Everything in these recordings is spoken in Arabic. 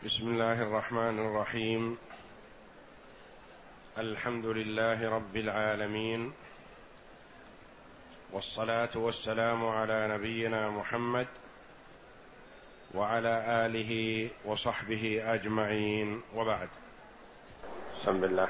بسم الله الرحمن الرحيم. الحمد لله رب العالمين، والصلاة والسلام على نبينا محمد وعلى آله وصحبه أجمعين، وبعد. بسم الله.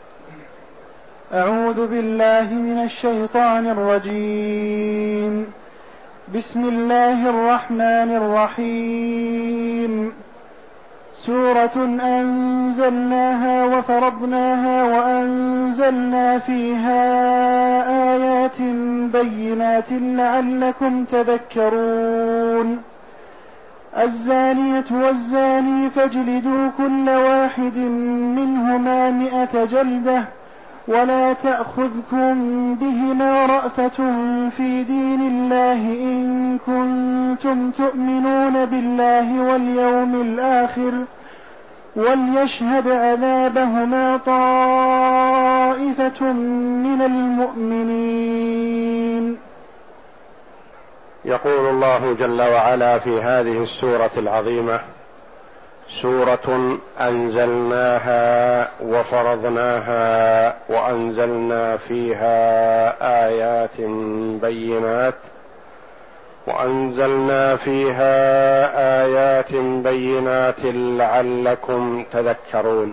أعوذ بالله من الشيطان الرجيم. بسم الله الرحمن الرحيم. سورة أنزلناها وفرضناها وأنزلنا فيها آيات بينات لعلكم تذكرون. الزانية والزاني فاجلدوا كل واحد منهما 100 جلدة، ولا تأخذكم بهما رأفة في دين الله إن كنتم تؤمنون بالله واليوم الآخر، وليشهد عذابهما طائفة من المؤمنين. يقول الله جل وعلا في هذه السورة العظيمة: سورة أنزلناها وفرضناها وأنزلنا فيها آيات بينات لعلكم تذكرون.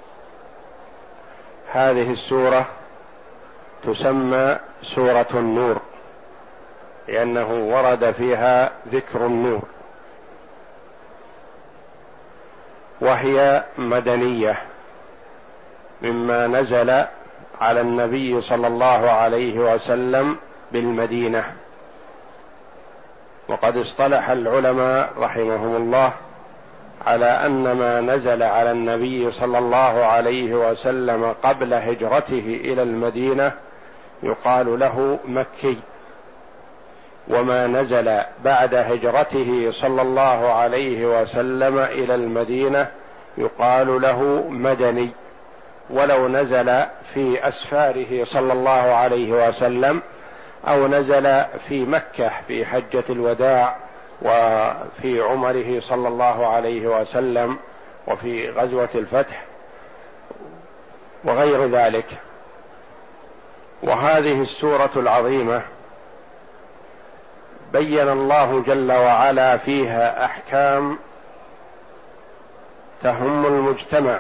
هذه السورة تسمى سورة النور، لأنه ورد فيها ذكر النور، وهي مدنية مما نزل على النبي صلى الله عليه وسلم بالمدينة. وقد اصطلح العلماء رحمهم الله على أن ما نزل على النبي صلى الله عليه وسلم قبل هجرته إلى المدينة يقال له مكي، وما نزل بعد هجرته صلى الله عليه وسلم إلى المدينة يقال له مدني، ولو نزل في أسفاره صلى الله عليه وسلم أو نزل في مكة في حجة الوداع وفي عمره صلى الله عليه وسلم وفي غزوة الفتح وغير ذلك. وهذه السورة العظيمة بين الله جل وعلا فيها أحكام تهم المجتمع،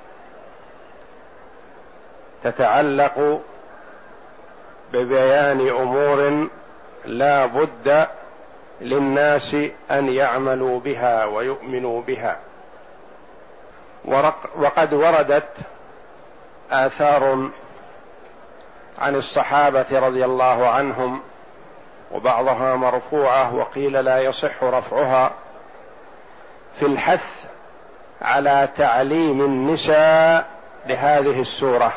تتعلق ببيان أمور لا بد للناس أن يعملوا بها ويؤمنوا بها. وقد وردت آثار عن الصحابة رضي الله عنهم، وبعضها مرفوعة وقيل لا يصح رفعها، في الحث على تعليم النساء لهذه السورة.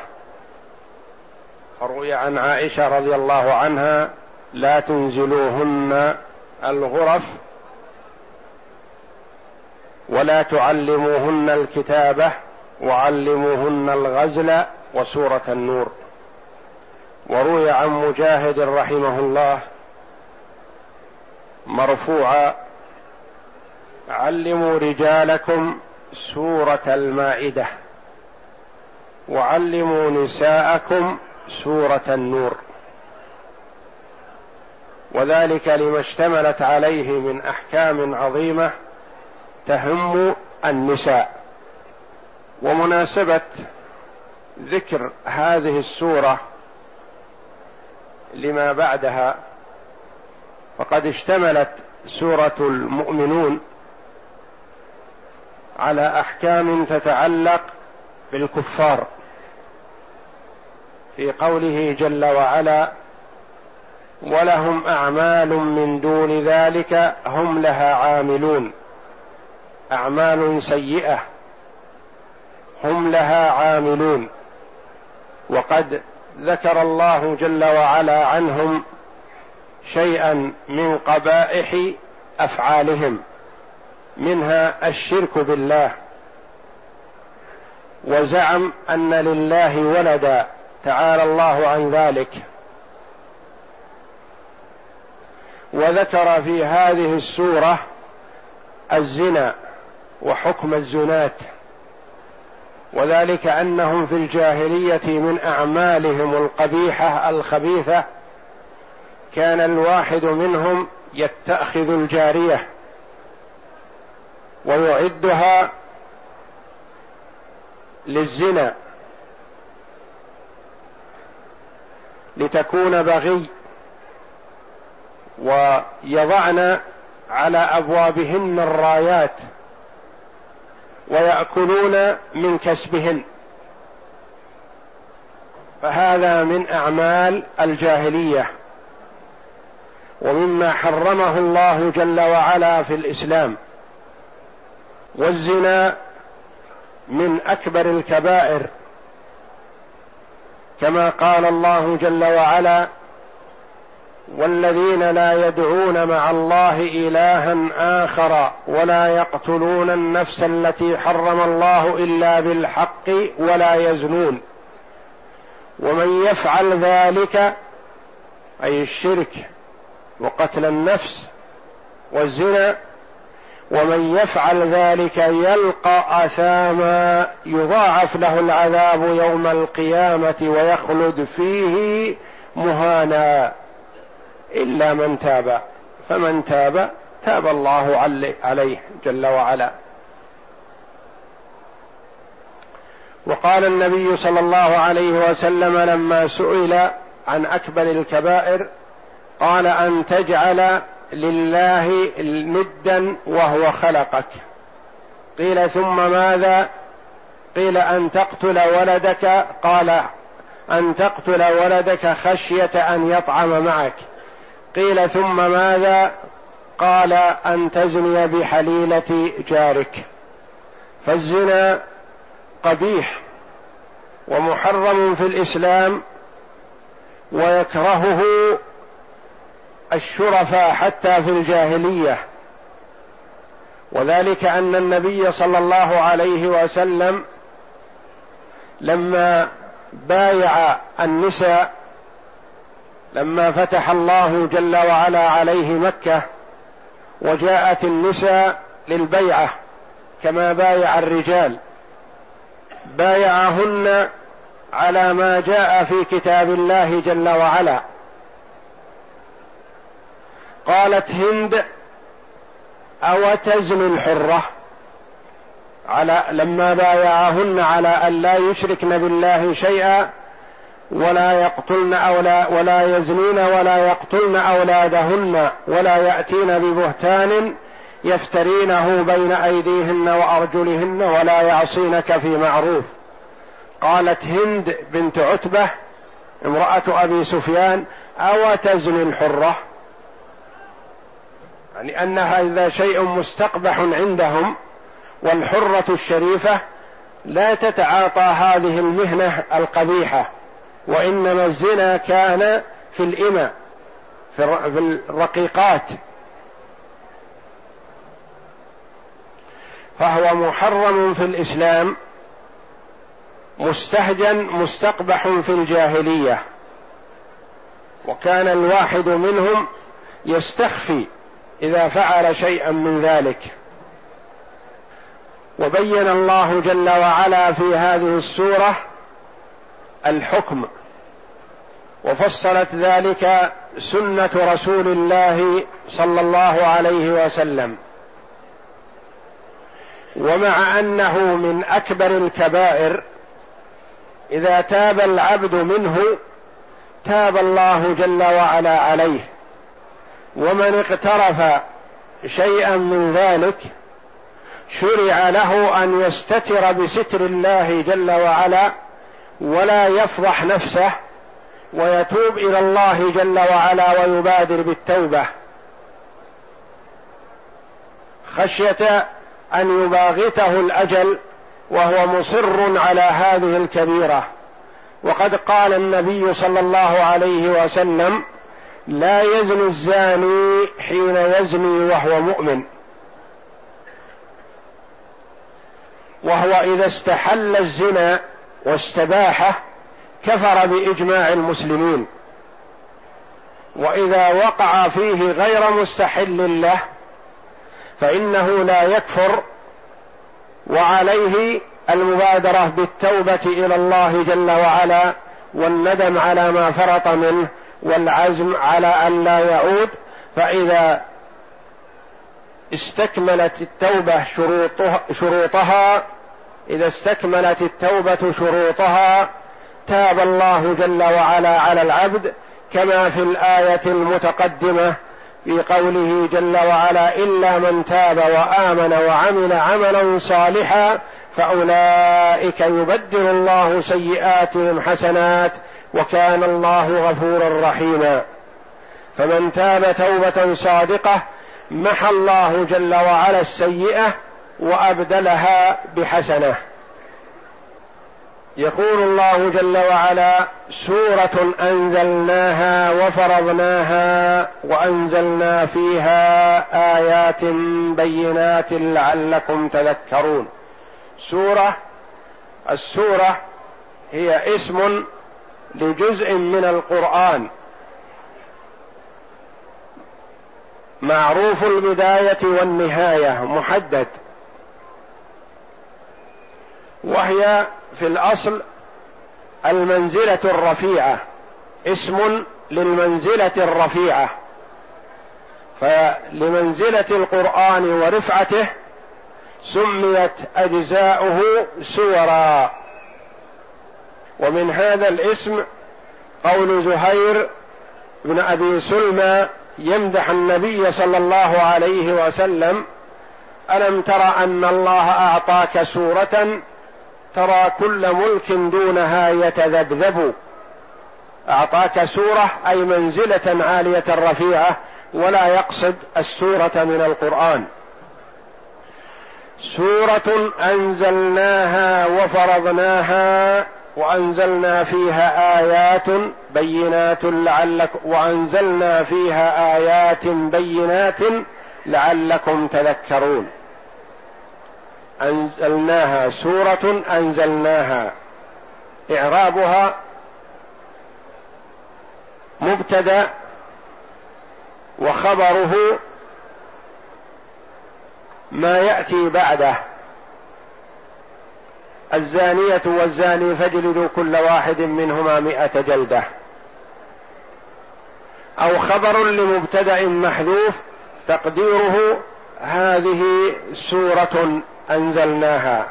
فروي عن عائشة رضي الله عنها: لا تنزلوهن الغرف ولا تعلموهن الكتابة وعلموهن الغزل وسورة النور. وروي عن مجاهد رحمه الله مرفوعا: علموا رجالكم سورة المائدة وعلموا نساءكم سورة النور. وذلك لما اشتملت عليه من أحكام عظيمة تهم النساء. ومناسبة ذكر هذه السورة لما بعدها، فقد اشتملت سورة المؤمنون على أحكام تتعلق بالكفار، في قوله جل وعلا: ولهم أعمال من دون ذلك هم لها عاملون. أعمال سيئة هم لها عاملون. وقد ذكر الله جل وعلا عنهم شيئا من قبائح أفعالهم، منها الشرك بالله، وزعم أن لله ولدا، تعالى الله عن ذلك. وذكر في هذه السورة الزنا وحكم الزناة، وذلك أنهم في الجاهلية من أعمالهم القبيحة الخبيثة كان الواحد منهم يتخذ الجارية ويعدها للزنا لتكون بغي، ويضعن على أبوابهن الرايات ويأكلون من كسبهن، فهذا من أعمال الجاهلية ومما حرمه الله جل وعلا في الإسلام. والزنا من أكبر الكبائر، كما قال الله جل وعلا: والذين لا يدعون مع الله إلها آخر ولا يقتلون النفس التي حرم الله إلا بالحق ولا يزنون ومن يفعل ذلك، أي الشرك وقتل النفس والزنا، ومن يفعل ذلك يلقى أثاما يضاعف له العذاب يوم القيامة ويخلد فيه مهانا إلا من تاب، فمن تاب تاب الله عليه جل وعلا. وقال النبي صلى الله عليه وسلم لما سئل عن أكبر الكبائر قال: أن تجعل لله ندا وهو خلقك. قيل: ثم ماذا؟ قيل: أن تقتل ولدك. قال: أن تقتل ولدك خشية أن يطعم معك. قيل: ثم ماذا؟ قال: أن تزني بحليلة جارك. فالزنا قبيح ومحرم في الإسلام، ويكرهه الشرفاء حتى في الجاهلية، وذلك أن النبي صلى الله عليه وسلم لما بايع النساء لما فتح الله جل وعلا عليه مكة وجاءت النساء للبيعة كما بايع الرجال، بايعهن على ما جاء في كتاب الله جل وعلا. قالت هند: أو تزن الحرة، لما بايعهن على أن لا يشركن بالله شيئا ولا يقتلن ولا يزنين ولا يقتلن أولادهن ولا يأتين ببهتان يفترينه بين أيديهن وأرجلهن ولا يعصينك في معروف. قالت هند بنت عتبة امرأة أبي سفيان: أو تزن الحرة، يعني أن هذا شيء مستقبح عندهم، والحرة الشريفة لا تتعاطى هذه المهنة القبيحة، وإنما الزنا كان في الإمة في الرقيقات، فهو محرم في الإسلام مستهجن مستقبح في الجاهلية، وكان الواحد منهم يستخفي إذا فعل شيئا من ذلك. وبين الله جل وعلا في هذه السورة الحكم، وفصلت ذلك سنة رسول الله صلى الله عليه وسلم. ومع أنه من أكبر الكبائر إذا تاب العبد منه تاب الله جل وعلا عليه، ومن اقترف شيئا من ذلك شرع له أن يستتر بستر الله جل وعلا ولا يفضح نفسه، ويتوب إلى الله جل وعلا ويبادر بالتوبة خشية أن يباغته الأجل وهو مصر على هذه الكبيرة. وقد قال النبي صلى الله عليه وسلم: لا يزني الزاني حين يزني وهو مؤمن، وهو إذا استحل الزنا واستباحه كفر بإجماع المسلمين، وإذا وقع فيه غير مستحل له فإنه لا يكفر وعليه المبادرة بالتوبة إلى الله جل وعلا والندم على ما فرط منه والعزم على أن لا يعود. فإذا استكملت التوبة شروطها تاب الله جل وعلا على العبد، كما في الآية المتقدمة في قوله جل وعلا: إلا من تاب وآمن وعمل عملا صالحا فأولئك يبدل الله سيئاتهم حسنات وكان الله غفورا رحيما. فمن تاب توبة صادقة محى الله جل وعلا السيئة وأبدلها بحسنة. يقول الله جل وعلا: سورة أنزلناها وفرضناها وأنزلنا فيها آيات بينات لعلكم تذكرون. السورة هي اسم لجزء من القرآن معروف البداية والنهاية محدد، وهي في الأصل المنزلة الرفيعة، اسم للمنزلة الرفيعة، فلمنزلة القرآن ورفعته سميت أجزاؤه سورا. ومن هذا الاسم قول زهير بن أبي سلمى يمدح النبي صلى الله عليه وسلم: ألم تر أن الله أعطاك سورة ترى كل ملك دونها يتذبذب. أعطاك سورة أي منزلة عالية رفيعة، ولا يقصد السورة من القرآن. سورة أنزلناها وفرضناها وأنزلنا فيها آيات بينات لعلكم تذكرون. أنزلناها، سورة أنزلناها، إعرابها مبتدأ وخبره ما يأتي بعده: الزانية والزاني فاجلدوا كل واحد منهما 100 جلدة. أو خبر لمبتدأ محذوف تقديره هذه سورة أنزلناها.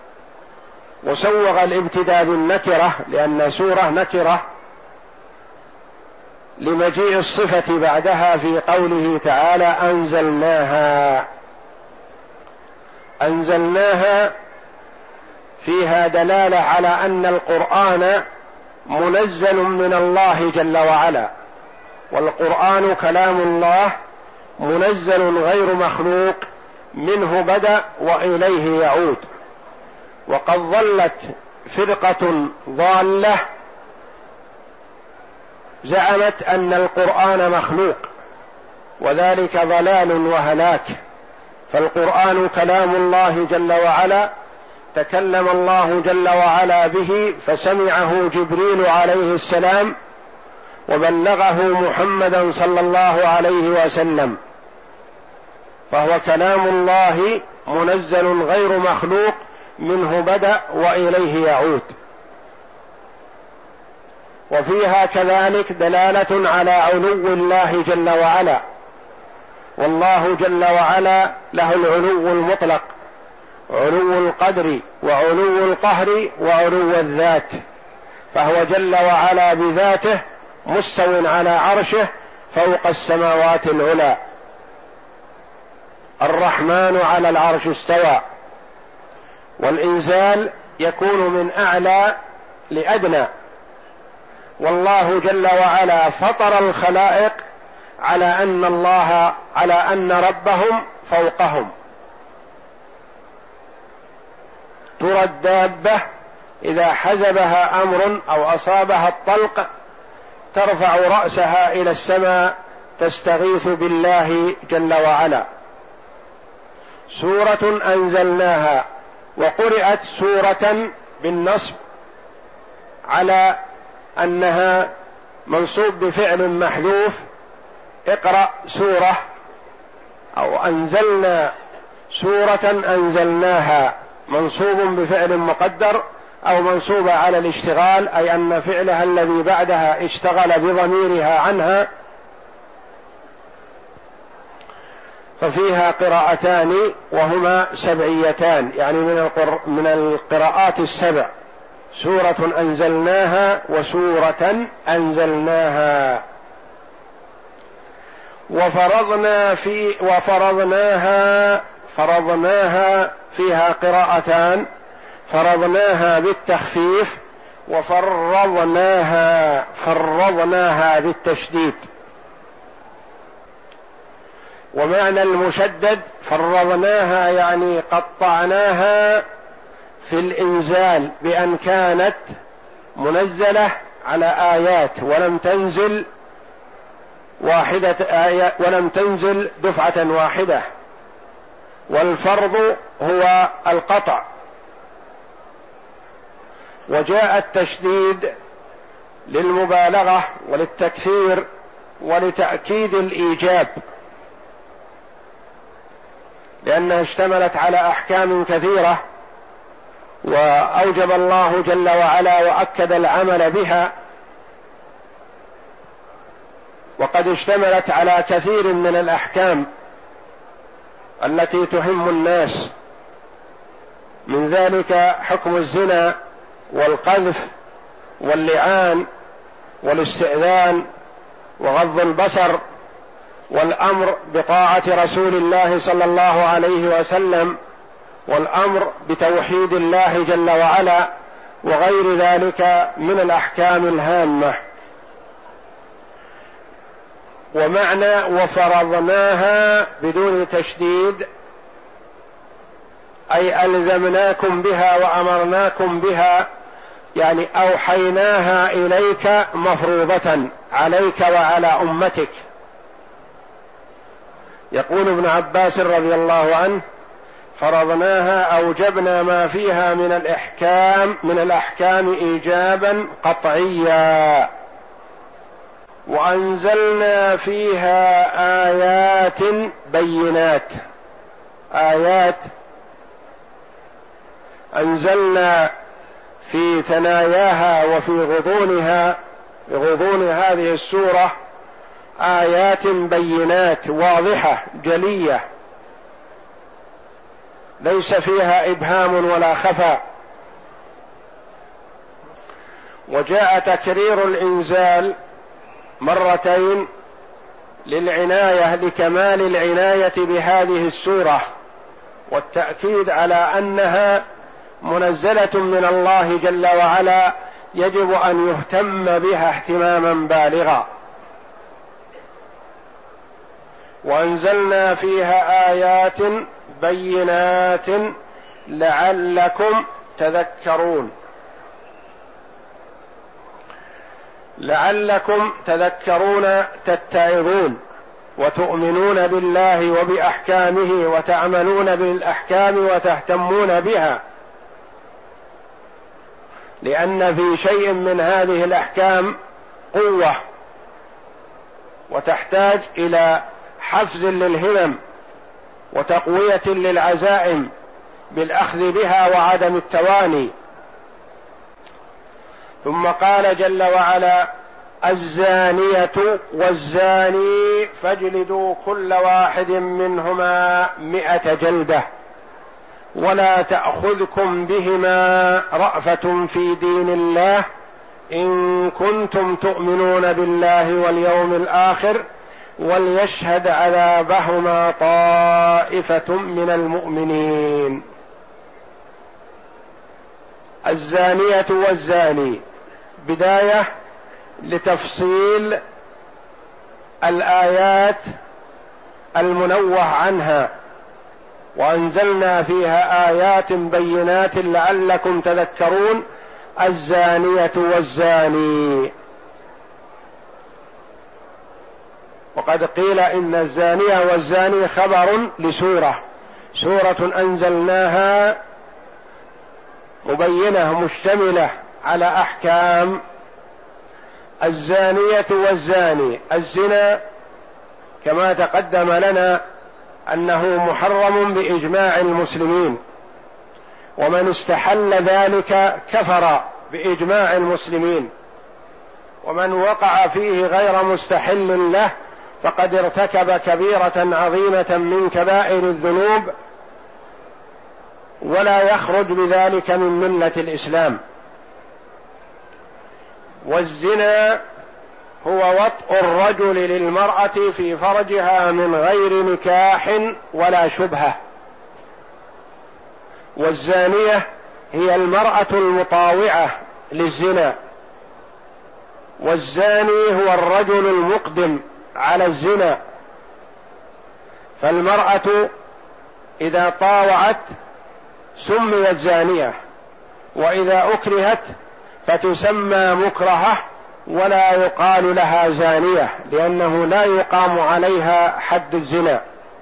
وسوغ الابتداء بالنكرة لأن سورة نكرة لمجيء الصفة بعدها في قوله تعالى: أنزلناها فيها دلالة على أن القرآن منزل من الله جل وعلا، والقرآن كلام الله منزل غير مخلوق، منه بدأ وإليه يعود. وقد ظلت فرقة ضالة زعمت أن القرآن مخلوق، وذلك ضلال وهلاك. فالقرآن كلام الله جل وعلا، تكلم الله جل وعلا به، فسمعه جبريل عليه السلام وبلغه محمدا صلى الله عليه وسلم، فهو كلام الله منزل غير مخلوق، منه بدأ وإليه يعود. وفيها كذلك دلالة على علو الله جل وعلا، والله جل وعلا له العلو المطلق، علو القدر وعلو القهر وعلو الذات، فهو جل وعلا بذاته مستو على عرشه فوق السماوات العلى. الرحمن على العرش استوى، والإنزال يكون من أعلى لأدنى، والله جل وعلا فطر الخلائق على أن ربهم فوقهم. ترى الدابة إذا حزبها أمر أو أصابها الطلق ترفع رأسها إلى السماء تستغيث بالله جل وعلا. سورة أنزلناها، وقرأت سورة بالنصب على أنها منصوب بفعل محذوف: اقرأ سورة، أو أنزلنا سورة أنزلناها، منصوب بفعل مقدر أو منصوبة على الاشتغال، أي أن فعلها الذي بعدها اشتغل بضميرها عنها، ففيها قراءتان وهما سبعيتان، يعني من القراءات السبع، سورة أنزلناها وسورة أنزلناها. فرضناها فيها قراءتان، فرضناها بالتخفيف، فرضناها بالتشديد. ومعنى المشدد فرضناها يعني قطعناها في الإنزال، بأن كانت منزلة على آيات ولم تنزل ولم تنزل دفعة واحدة، والفرض هو القطع. وجاء التشديد للمبالغة وللتكثير ولتأكيد الإيجاب، لأنها اشتملت على أحكام كثيرة، وأوجب الله جل وعلا وأكد العمل بها، وقد اشتملت على كثير من الأحكام التي تهم الناس، من ذلك حكم الزنا والقذف واللعان والاستئذان وغض البصر، والأمر بطاعة رسول الله صلى الله عليه وسلم، والأمر بتوحيد الله جل وعلا، وغير ذلك من الأحكام الهامة. ومعنى وفرضناها بدون تشديد أي ألزمناكم بها وأمرناكم بها، يعني أوحيناها إليك مفروضة عليك وعلى أمتك. يقول ابن عباس رضي الله عنه: فرضناها أوجبنا ما فيها من الأحكام إيجابا قطعيا، وأنزلنا فيها آيات بينات. آيات أنزلنا في ثناياها وفي غضون هذه السورة آيات بينات واضحة جلية، ليس فيها إبهام ولا خفاء. وجاء تكرير الإنزال مرتين للعناية، لكمال العناية بهذه السورة، والتأكيد على أنها منزلة من الله جل وعلا، يجب أن يهتم بها اهتماما بالغا. وأنزلنا فيها آيات بينات لعلكم تذكرون. لعلكم تذكرون، تتعظون وتؤمنون بالله وبأحكامه وتعملون بالأحكام وتهتمون بها، لأن في شيء من هذه الأحكام قوة، وتحتاج إلى حفز للهمم وتقوية للعزائم بالأخذ بها وعدم التواني. ثم قال جل وعلا: الزانية والزاني فاجلدوا كل واحد منهما 100 جلدة ولا تأخذكم بهما رأفة في دين الله إن كنتم تؤمنون بالله واليوم الآخر وليشهد عذابهما طائفة من المؤمنين. الزانية والزاني بداية لتفصيل الآيات المنوه عنها، وأنزلنا فيها آيات بينات لعلكم تذكرون. الزانية والزاني، وقد قيل إن الزانية والزاني خبر سورة أنزلناها مبينة مشتملة على أحكام. الزانية والزاني، الزنا كما تقدم لنا أنه محرم بإجماع المسلمين، ومن استحل ذلك كفر بإجماع المسلمين، ومن وقع فيه غير مستحل له فقد ارتكب كبيرة عظيمة من كبائر الذنوب، ولا يخرج بذلك من ملة الإسلام. والزنا هو وطء الرجل للمرأة في فرجها من غير نكاح ولا شبهة، والزانية هي المرأة المطاوعة للزنا، والزاني هو الرجل المقدم على الزنا. فالمرأة إذا طاوعت سميت زانية، وإذا أكرهت فتسمى مكرهة ولا يقال لها زانية، لأنه لا يقام عليها حد الزنا.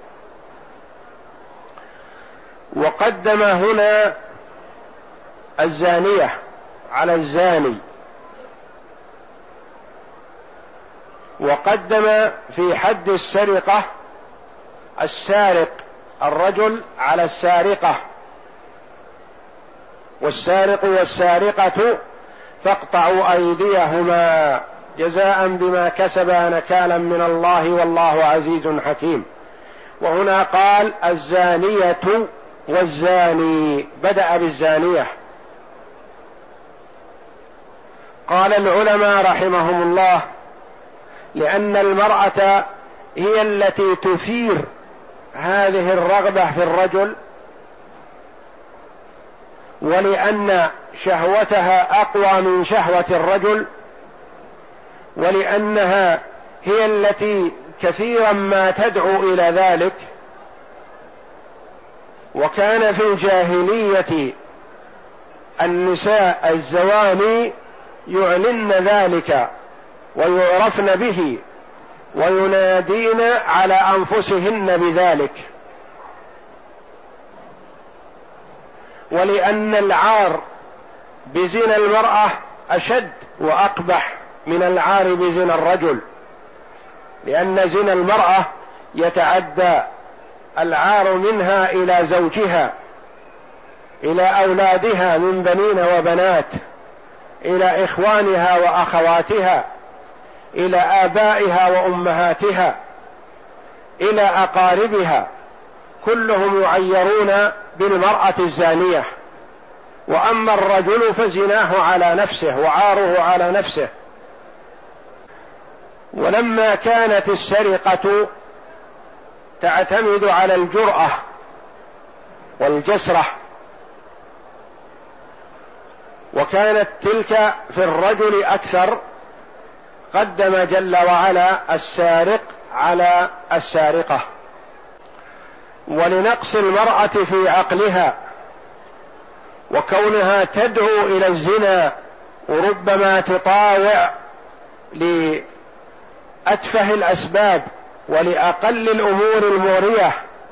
وقدم هنا الزانية على الزاني، وقدم في حد السرقة السارق الرجل على السارقة، والسارق والسارقة فاقطعوا أيديهما جزاء بما كسبا نكالا من الله والله عزيز حكيم. وهنا قال الزانية والزاني، بدأ بالزانية. قال العلماء رحمهم الله لأن المرأة هي التي تثير هذه الرغبة في الرجل، ولأن شهوتها أقوى من شهوة الرجل، ولأنها هي التي كثيرا ما تدعو إلى ذلك. وكان في الجاهلية النساء الزواني يعلن ذلك ويعرفن به وينادين على أنفسهن بذلك، ولأن العار بزنا المرأة أشد وأقبح من العار بزنا الرجل، لأن زنا المرأة يتعدى العار منها إلى زوجها، إلى أولادها من بنين وبنات، إلى إخوانها وأخواتها، إلى آبائها وأمهاتها، إلى أقاربها، كلهم يعيرون بالمرأة الزانية. وأما الرجل فزناه على نفسه وعاره على نفسه. ولما كانت السرقة تعتمد على الجرأة والجسرة، وكانت تلك في الرجل أكثر، قدم جل وعلا السارق على السارقة. ولنقص المرأة في عقلها وكونها تدعو إلى الزنا، وربما تطاوع لأتفه الأسباب ولأقل الأمور المغرية،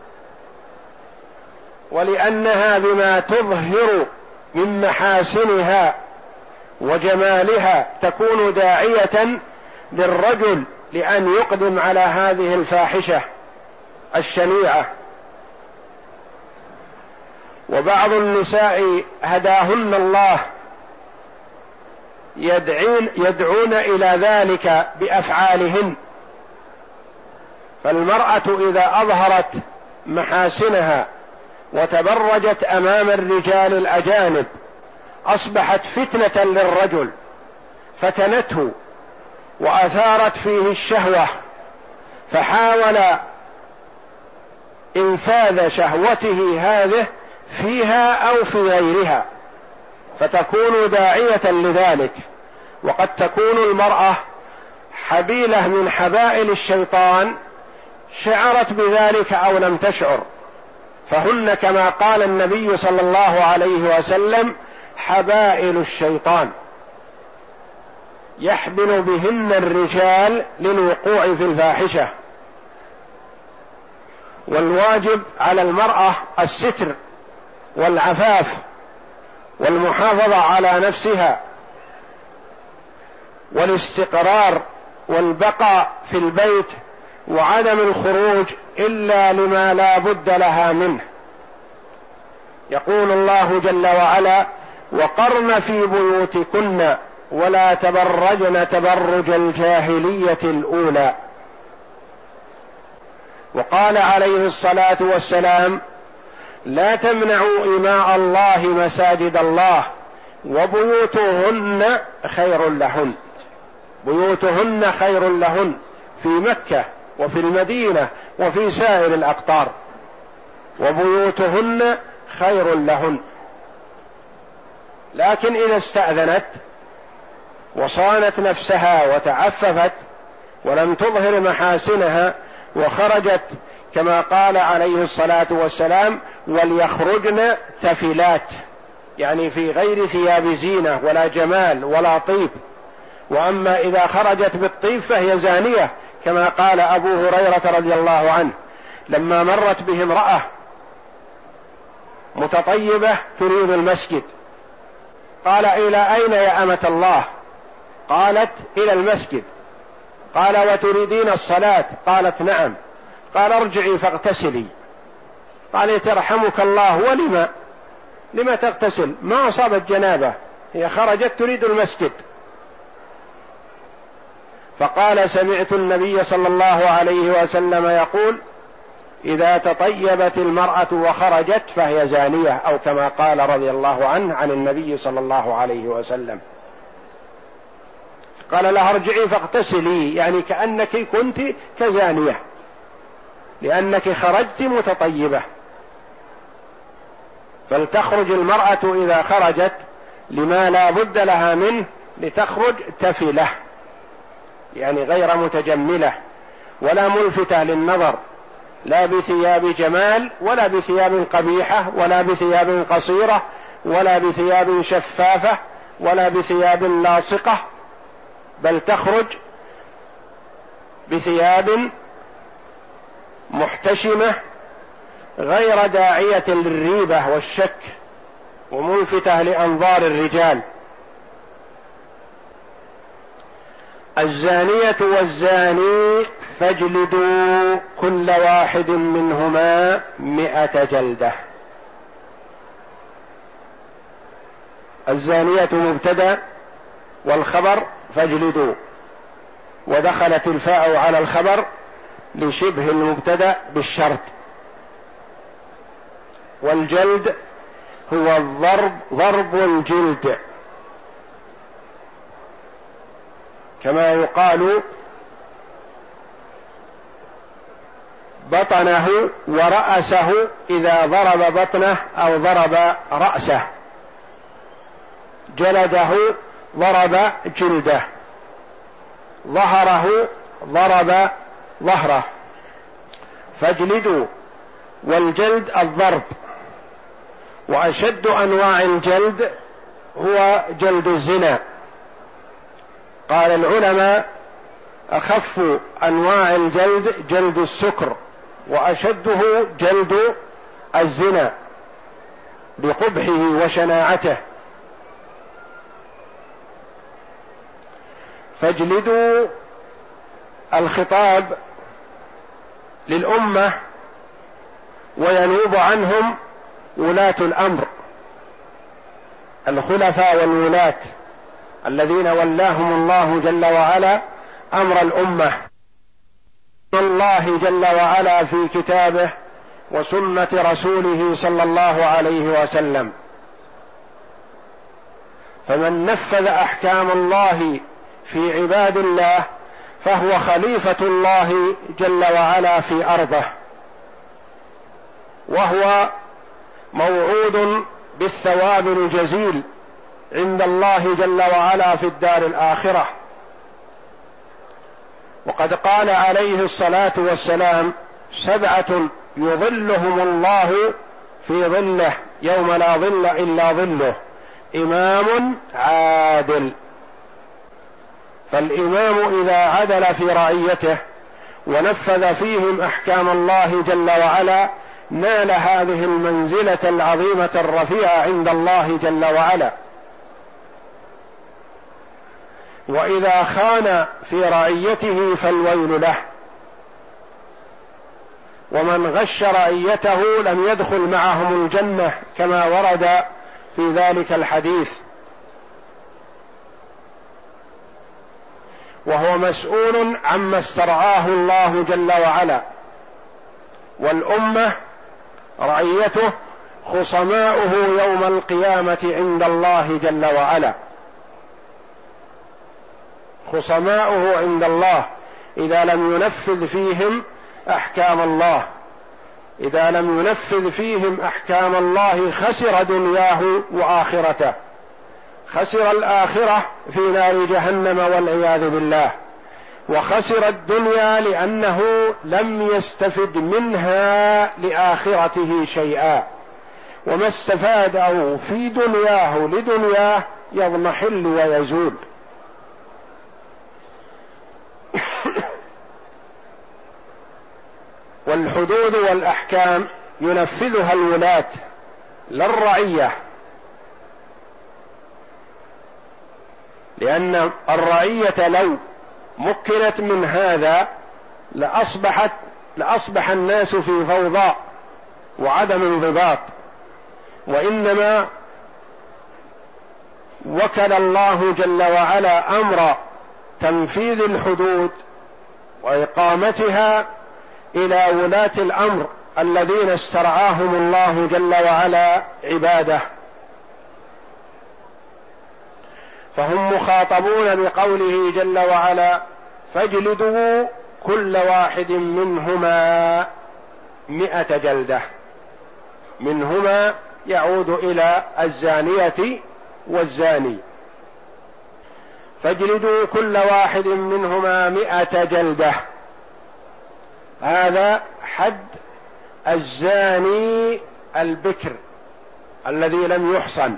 ولأنها بما تظهر من محاسنها وجمالها تكون داعية للرجل لأن يقدم على هذه الفاحشة الشنيعة. وبعض النساء هداهن الله يدعون إلى ذلك بأفعالهن. فالمرأة إذا أظهرت محاسنها وتبرجت أمام الرجال الأجانب أصبحت فتنة للرجل، فتنته وأثارت فيه الشهوة، فحاول إنفاذ شهوته هذه فيها أو في غيرها، فتكون داعية لذلك. وقد تكون المرأة حبيلة من حبائل الشيطان، شعرت بذلك أو لم تشعر، فهن كما قال النبي صلى الله عليه وسلم حبائل الشيطان يحبل بهن الرجال للوقوع في الفاحشة. والواجب على المرأة الستر والعفاف والمحافظة على نفسها والاستقرار والبقاء في البيت وعدم الخروج إلا لما لا بد لها منه. يقول الله جل وعلا: وقرن في بيوتكن ولا تبرجن تبرج الجاهلية الأولى. وقال عليه الصلاة والسلام: لا تمنعوا إماء الله مساجد الله وبيوتهن خير لهن. بيوتهن خير لهن في مكة وفي المدينة وفي سائر الأقطار، وبيوتهن خير لهن. لكن إذا استأذنت وصانت نفسها وتعففت ولم تظهر محاسنها وخرجت كما قال عليه الصلاة والسلام: وليخرجن تفلات، يعني في غير ثياب زينة ولا جمال ولا طيب. وأما إذا خرجت بالطيب فهي زانية، كما قال أبو هريرة رضي الله عنه لما مرت به امرأة متطيبة تريد المسجد، قال: إلى أين يا أمة الله؟ قالت: إلى المسجد. قال: وتريدين الصلاة؟ قالت: نعم. قال: ارجعي فاغتسلي. قال: ترحمك الله، لما تغتسل؟ ما أصابت جنابة، هي خرجت تريد المسجد. فقال: سمعت النبي صلى الله عليه وسلم يقول: إذا تطيبت المرأة وخرجت فهي زانية، أو كما قال رضي الله عنه عن النبي صلى الله عليه وسلم. قال لها: ارجعي فاغتسلي، يعني كأنك كنت كزانية لأنك خرجت متطيبة. فلتخرج المرأة إذا خرجت لما لا بد لها منه، لتخرج تفلة، يعني غير متجملة ولا ملفتة للنظر، لا بثياب جمال ولا بثياب قبيحة ولا بثياب قصيرة ولا بثياب شفافة ولا بثياب لاصقة، بل تخرج بثياب محتشمة غير داعية للريبة والشك وملفتة لأنظار الرجال. الزانية والزاني فاجلدوا كل واحد منهما 100 جلدة. الزانية مبتدأ والخبر فاجلدوا، ودخلت الفاء على الخبر لشبه المبتدأ بالشرط. والجلد هو الضرب، ضرب الجلد، كما يقال بطنه ورأسه إذا ضرب بطنه أو ضرب رأسه. جلده ضرب جلده، ظهره ضرب ظهره. فاجلدوا، والجلد الضرب، وأشد أنواع الجلد هو جلد الزنا. قال العلماء: أخف أنواع الجلد جلد السكر، وأشده جلد الزنا بقبحه وشناعته. فاجلدوا، الخطاب للأمة وينوب عنهم ولاة الأمر، الخلفاء والولاة الذين ولاهم الله جل وعلا أمر الأمة. الله جل وعلا في كتابه وسنة رسوله صلى الله عليه وسلم، فمن نفذ أحكام الله في عباد الله فهو خليفة الله جل وعلا في أرضه، وهو موعود بالثواب الجزيل عند الله جل وعلا في الدار الآخرة. وقد قال عليه الصلاة والسلام: 7 يظلهم الله في ظله يوم لا ظل إلا ظله: إمام عادل. فالإمام إذا عدل في رعيته ونفذ فيهم أحكام الله جل وعلا نال هذه المنزلة العظيمة الرفيعة عند الله جل وعلا. وإذا خان في رعيته فالويل له. ومن غش رعيته لم يدخل معهم الجنة كما ورد في ذلك الحديث، وهو مسؤول عما استرعاه الله جل وعلا، والأمة رعيته خصماؤه يوم القيامة عند الله جل وعلا، خصماؤه عند الله إذا لم ينفذ فيهم أحكام الله، إذا لم ينفذ فيهم أحكام الله خسر دنياه وآخرته، خسر الآخرة في نار جهنم والعياذ بالله، وخسر الدنيا لأنه لم يستفد منها لآخرته شيئا، وما استفاده في دنياه لدنياه يضمحل ويزول. والحدود والأحكام ينفذها الولاة لا الرعية، لأن الرعية لو مكنت من هذا لأصبح الناس في فوضى وعدم انضباط، وإنما وكل الله جل وعلا أمر تنفيذ الحدود وإقامتها إلى ولاة الأمر الذين استرعاهم الله جل وعلا عباده، فهم مخاطبون بقوله جل وعلا: فاجلدوا كل واحد منهما 100 جلدة. منهما يعود إلى الزانية والزاني، فاجلدوا كل واحد منهما 100 جلدة. هذا حد الزاني البكر الذي لم يحصن،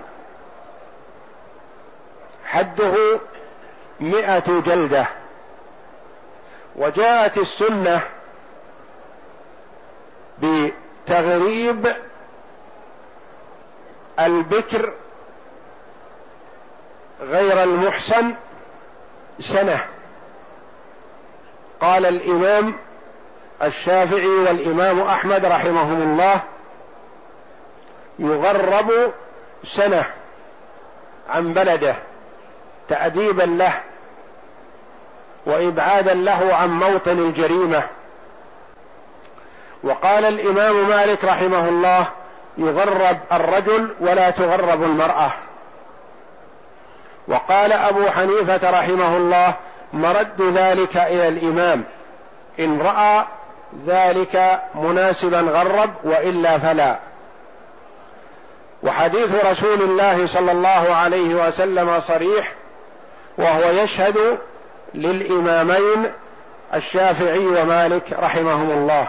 حده 100 جلدة. وجاءت السنة بتغريب البكر غير المحصن 1 سنة. قال الإمام الشافعي والإمام أحمد رحمهم الله: يغرب 1 سنة عن بلده تأديبا له وإبعادا له عن موطن الجريمة. وقال الإمام مالك رحمه الله: يغرب الرجل ولا تغرب المرأة. وقال أبو حنيفة رحمه الله: مرد ذلك إلى الإمام، إن رأى ذلك مناسبا غرب وإلا فلا. وحديث رسول الله صلى الله عليه وسلم صريح، وهو يشهد للإمامين الشافعي ومالك رحمهم الله.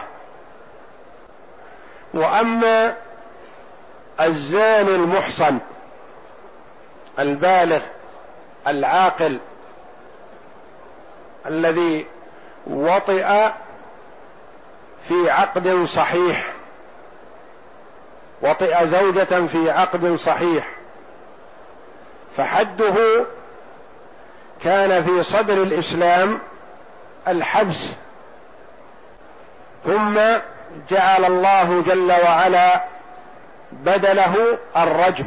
وأما الزاني المحصن البالغ العاقل الذي وطئ في عقد صحيح، وطئ زوجة في عقد صحيح، فحده كان في صدر الإسلام الحبس، ثم جعل الله جل وعلا بدله الرجم.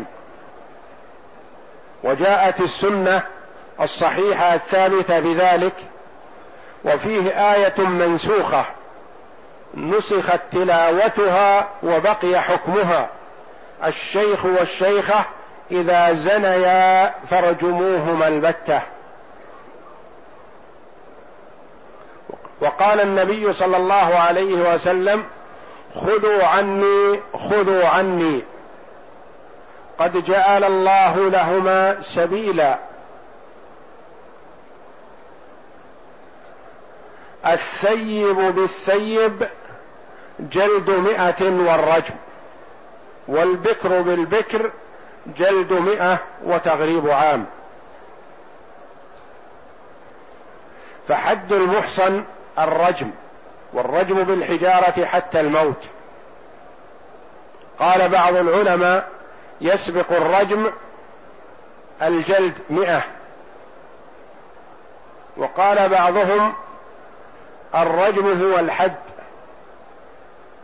وجاءت السنة الصحيحة الثابتة بذلك، وفيه آية منسوخة نسخت تلاوتها وبقي حكمها: الشيخ والشيخة إذا زنيا فارجموهما البتة. وقال النبي صلى الله عليه وسلم: خذوا عني خذوا عني، قد جعل الله لهما سبيلا. الثيب بالثيب جلد 100 والرجم، والبكر بالبكر جلد 100 وتغريب عام. فحد المحصن الرجم، والرجم بالحجارة حتى الموت. قال بعض العلماء: يسبق الرجم الجلد 100. وقال بعضهم: الرجم هو الحد،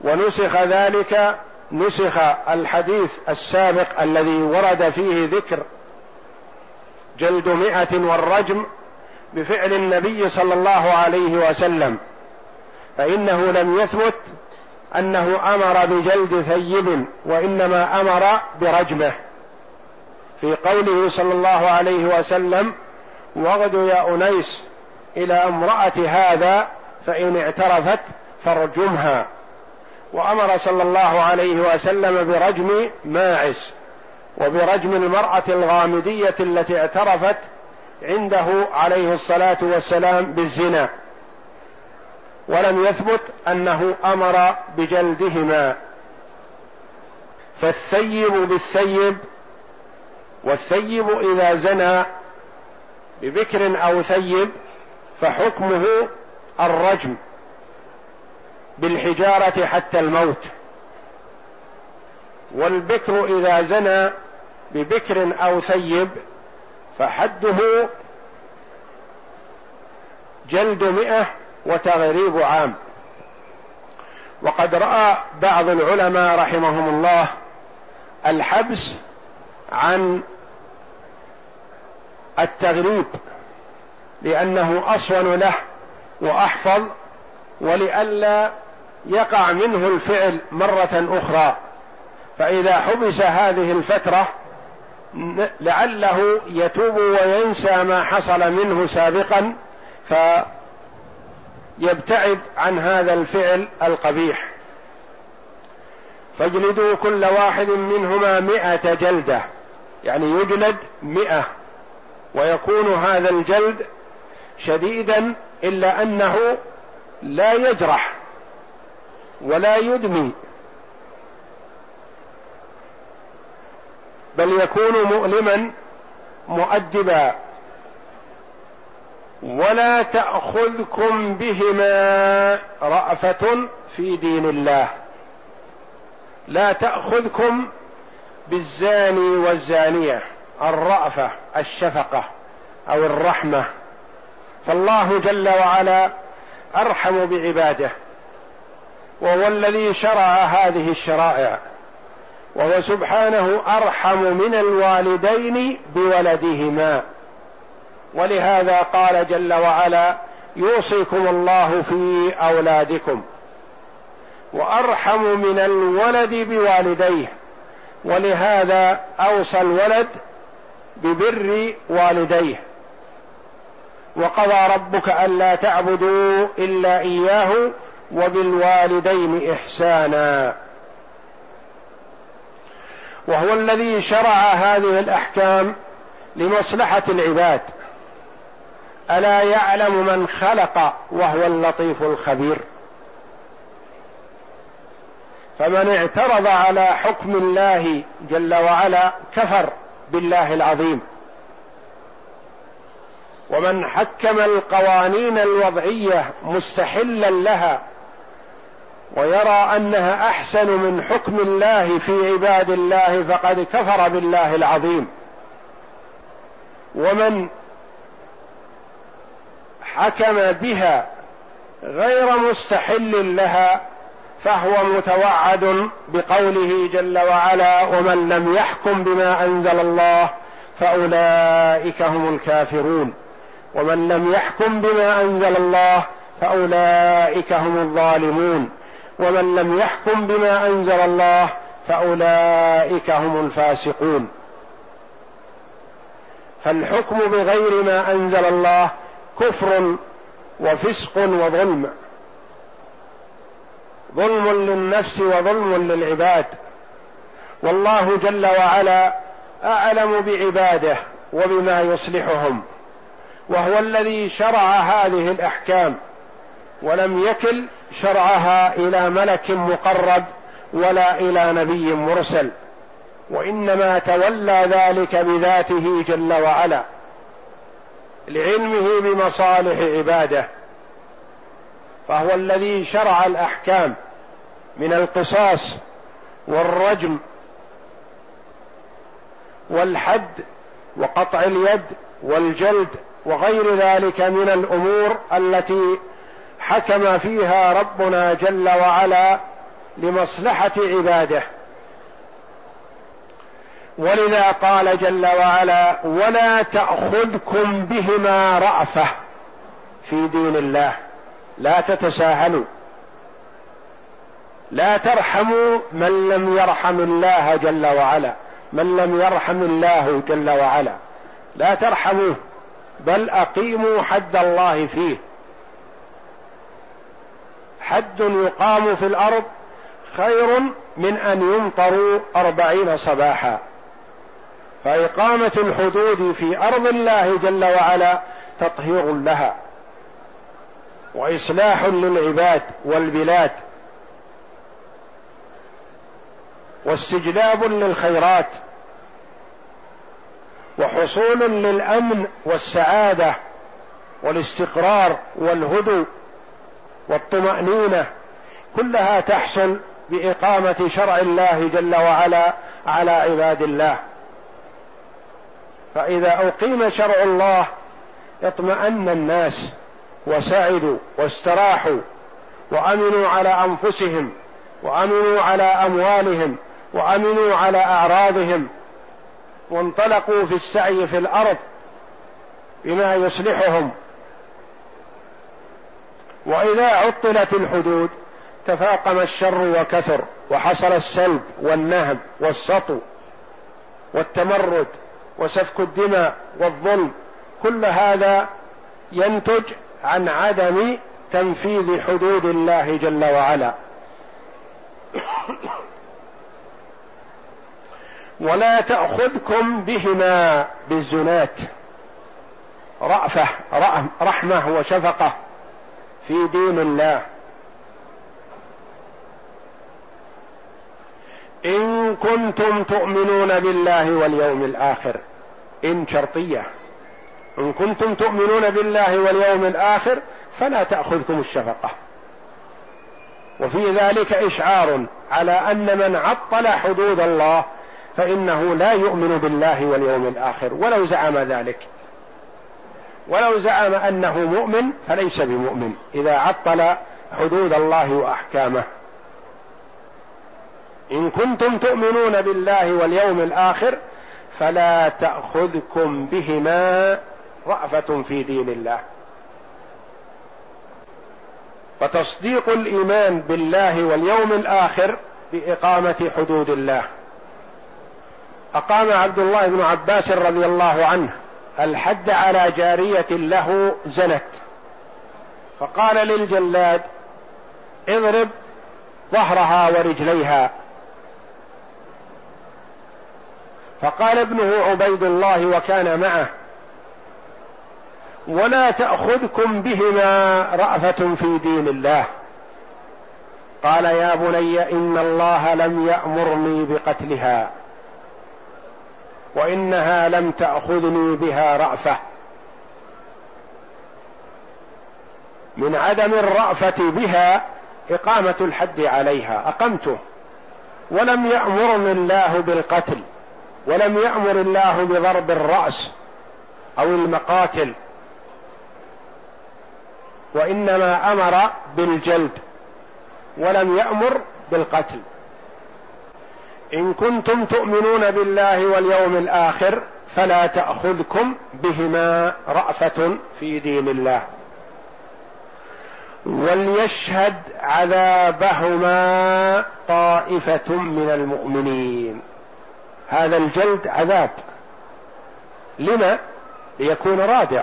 ونسخ ذلك، نسخ الحديث السابق الذي ورد فيه ذكر جلد 100 والرجم بفعل النبي صلى الله عليه وسلم، فإنه لم يثبت أنه أمر بجلد ثيب، وإنما أمر برجمه في قوله صلى الله عليه وسلم: واغدوا يا أنيس إلى امرأة هذا فإن اعترفت فارجمها. وأمر صلى الله عليه وسلم برجم ماعز وبرجم المرأة الغامدية التي اعترفت عنده عليه الصلاة والسلام بالزنا، ولم يثبت أنه أمر بجلدهما. فالثيب بالثيب، والثيب إذا زنى ببكر أو ثيب فحكمه الرجم بالحجارة حتى الموت، والبكر إذا زنى ببكر أو ثيب فحده جلد 100 وتغريب عام. وقد رأى بعض العلماء رحمهم الله الحبس عن التغريب لأنه أصون له وأحفظ، ولئلا يقع منه الفعل مرة أخرى، فإذا حبس هذه الفترة لعله يتوب وينسى ما حصل منه سابقا فيبتعد عن هذا الفعل القبيح. فاجلدوا كل واحد منهما 100 جلدة، يعني يجلد 100، ويكون هذا الجلد شديدا إلا أنه لا يجرح ولا يدمي، بل يكون مؤلما مؤدبا. ولا تأخذكم بهما رأفة في دين الله، لا تأخذكم بالزاني والزانية الرأفة الشفقة أو الرحمة، فالله جل وعلا أرحم بعباده، وهو الذي شرع هذه الشرائع، وهو سبحانه أرحم من الوالدين بولدهما. ولهذا قال جل وعلا: يوصيكم الله في أولادكم، وأرحم من الولد بوالديه، ولهذا أوصى الولد ببر والديه. وقضى ربك ألا تعبدوا إلا إياه وبالوالدين إحسانا. وهو الذي شرع هذه الأحكام لمصلحة العباد. ألا يعلم من خلق وهو اللطيف الخبير؟ فمن اعترض على حكم الله جل وعلا كفر بالله العظيم. ومن حكم القوانين الوضعية مستحلا لها ويرى أنها أحسن من حكم الله في عباد الله فقد كفر بالله العظيم. ومن حكم بها غير مستحل لها فهو متوعد بقوله جل وعلا: ومن لم يحكم بما أنزل الله فأولئك هم الكافرون. ومن لم يحكم بما أنزل الله فأولئك هم الظالمون. ومن لم يحكم بما أنزل الله فأولئك هم الفاسقون. فالحكم بغير ما أنزل الله كفر وفسق وظلم، ظلم للنفس وظلم للعباد. والله جل وعلا أعلم بعباده وبما يصلحهم، وهو الذي شرع هذه الأحكام، ولم يكل شرعها إلى ملك مقرب ولا إلى نبي مرسل، وإنما تولى ذلك بذاته جل وعلا لعلمه بمصالح عباده. فهو الذي شرع الأحكام من القصاص والرجم والحد وقطع اليد والجلد وغير ذلك من الأمور التي حكم فيها ربنا جل وعلا لمصلحة عباده. ولذا قال جل وعلا: ولا تأخذكم بهما رأفة في دين الله، لا تتساهلوا، لا ترحموا من لم يرحم الله جل وعلا، من لم يرحم الله جل وعلا لا ترحموه، بل أقيموا حد الله فيه. حد يقام في الأرض خير من أن يمطروا 40 صباحا. فإقامة الحدود في أرض الله جل وعلا تطهير لها وإصلاح للعباد والبلاد واستجلاب للخيرات وحصول للأمن والسعادة والاستقرار والهدوء والطمأنينة، كلها تحصل بإقامة شرع الله جل وعلا على عباد الله. فإذا أقيم شرع الله اطمأن الناس وسعدوا واستراحوا وأمنوا على أنفسهم وأمنوا على أموالهم وأمنوا على أعراضهم، وانطلقوا في السعي في الأرض بما يصلحهم. وإذا عطلت الحدود تفاقم الشر وكثر، وحصل السلب والنهب والسطو والتمرد وسفك الدماء والظلم، كل هذا ينتج عن عدم تنفيذ حدود الله جل وعلا. ولا تأخذكم بهما بالزنات، رأفة رحمة وشفقة في دين الله. إن كنتم تؤمنون بالله واليوم الآخر، إن شرطية، إن كنتم تؤمنون بالله واليوم الآخر فلا تأخذكم الشفقة. وفي ذلك إشعار على أن من عطل حدود الله فإنه لا يؤمن بالله واليوم الآخر ولو زعم ذلك، ولو زعم أنه مؤمن فليس بمؤمن إذا عطل حدود الله وأحكامه. إن كنتم تؤمنون بالله واليوم الآخر فلا تأخذكم بهما رأفة في دين الله. فتصديق الإيمان بالله واليوم الآخر بإقامة حدود الله. أقام عبد الله بن عباس رضي الله عنه الحد على جارية له زنت، فقال للجلاد: اضرب ظهرها ورجليها. فقال ابنه عبيد الله وكان معه: ولا تأخذكم بهما رأفة في دين الله. قال: يا بني إن الله لم يأمرني بقتلها وإنها لم تأخذني بها رأفة. من عدم الرأفة بها إقامة الحد عليها، أقمته، ولم يأمرني الله بالقتل، ولم يأمر الله بضرب الرأس أو المقاتل، وإنما أمر بالجلد ولم يأمر بالقتل. إن كنتم تؤمنون بالله واليوم الآخر فلا تأخذكم بهما رأفة في دين الله. وليشهد عذابهما طائفة من المؤمنين. هذا الجلد عذاب، لما؟ ليكون رادع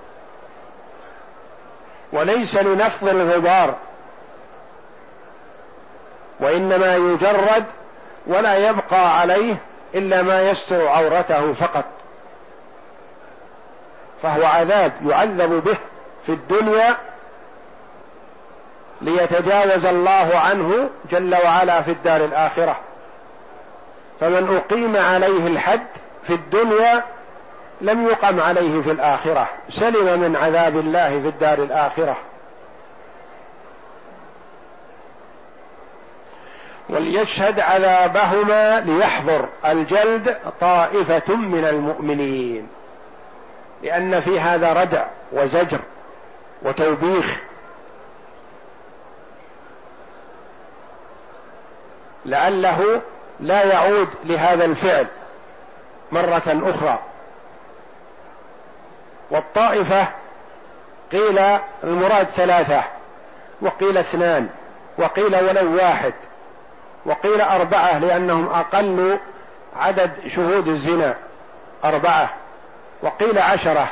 وليس لنفض الغبار، وإنما يجرد ولا يبقى عليه إلا ما يستر عورته فقط، فهو عذاب يعذب به في الدنيا ليتجاوز الله عنه جل وعلا في الدار الآخرة. فمن أقيم عليه الحد في الدنيا لم يقم عليه في الآخرة، سلم من عذاب الله في الدار الآخرة. وليشهد عذابهما ليحضر الجلد طائفة من المؤمنين، لأن في هذا ردع وزجر وتوبيخ. لعله لا يعود لهذا الفعل مرة أخرى. والطائفة قيل المراد 3، وقيل 2، وقيل ولو 1، وقيل 4 لأنهم أقل عدد شهود الزنا 4، وقيل 10.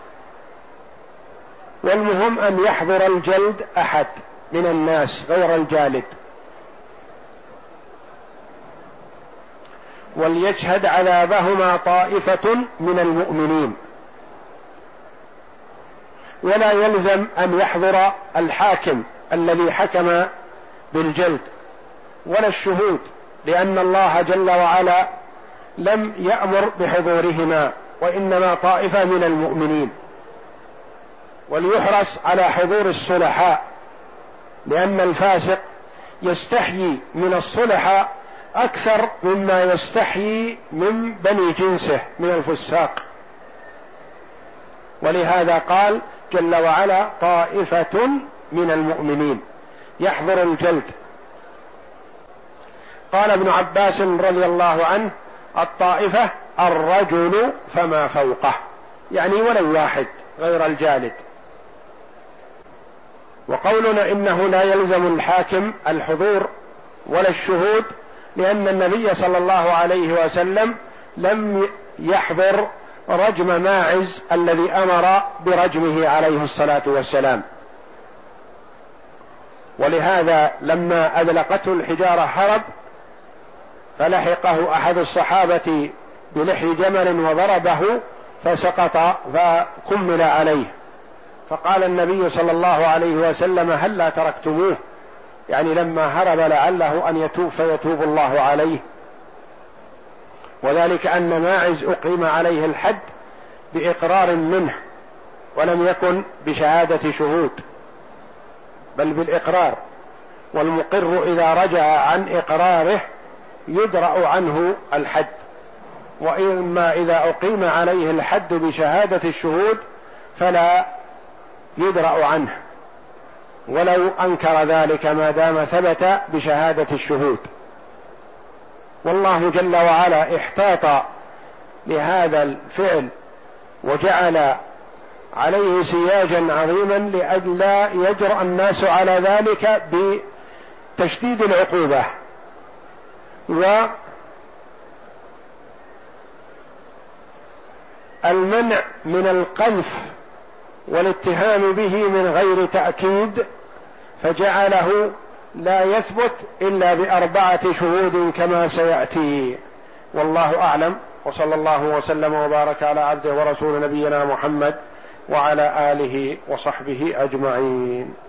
والمهم أن يحضر الجلد أحد من الناس غير الجالد، وليشهد عذابهما طائفة من المؤمنين. ولا يلزم أن يحضر الحاكم الذي حكم بالجلد ولا الشهود، لأن الله جل وعلا لم يأمر بحضورهما، وإنما طائفة من المؤمنين. وليحرص على حضور الصلحاء، لأن الفاسق يستحيي من الصلحاء أكثر مما يستحيي من بني جنسه من الفساق. ولهذا قال جل وعلا طائفة من المؤمنين يحضر الجلد. قال ابن عباس رضي الله عنه الطائفة الرجل فما فوقه، يعني ولو 1 غير الجالد. وقولنا إنه لا يلزم الحاكم الحضور ولا الشهود، لأن النبي صلى الله عليه وسلم لم يحضر رجم ماعز الذي أمر برجمه عليه الصلاة والسلام. ولهذا لما أذلقته الحجارة هرب، فلحقه أحد الصحابة بلحي جمل وضربه فسقط فكمل عليه، فقال النبي صلى الله عليه وسلم هلا تركتموه، يعني لما هرب لعله أن يتوب فيتوب الله عليه. وذلك أن ماعز أقيم عليه الحد بإقرار منه، ولم يكن بشهادة شهود بل بالإقرار، والمقر إذا رجع عن إقراره يدرأ عنه الحد. وإما إذا أقيم عليه الحد بشهادة الشهود فلا يدرأ عنه ولو أنكر ذلك ما دام ثبت بشهادة الشهود. والله جل وعلا احتاط لهذا الفعل وجعل عليه سياجا عظيما لئلا يجرأ الناس على ذلك بتشديد العقوبة. والمنع من القذف والاتهام به من غير تأكيد، فجعله لا يثبت إلا ب4 شهود كما سيأتي. والله أعلم، وصلى الله وسلم وبارك على عبده ورسول نبينا محمد وعلى آله وصحبه أجمعين.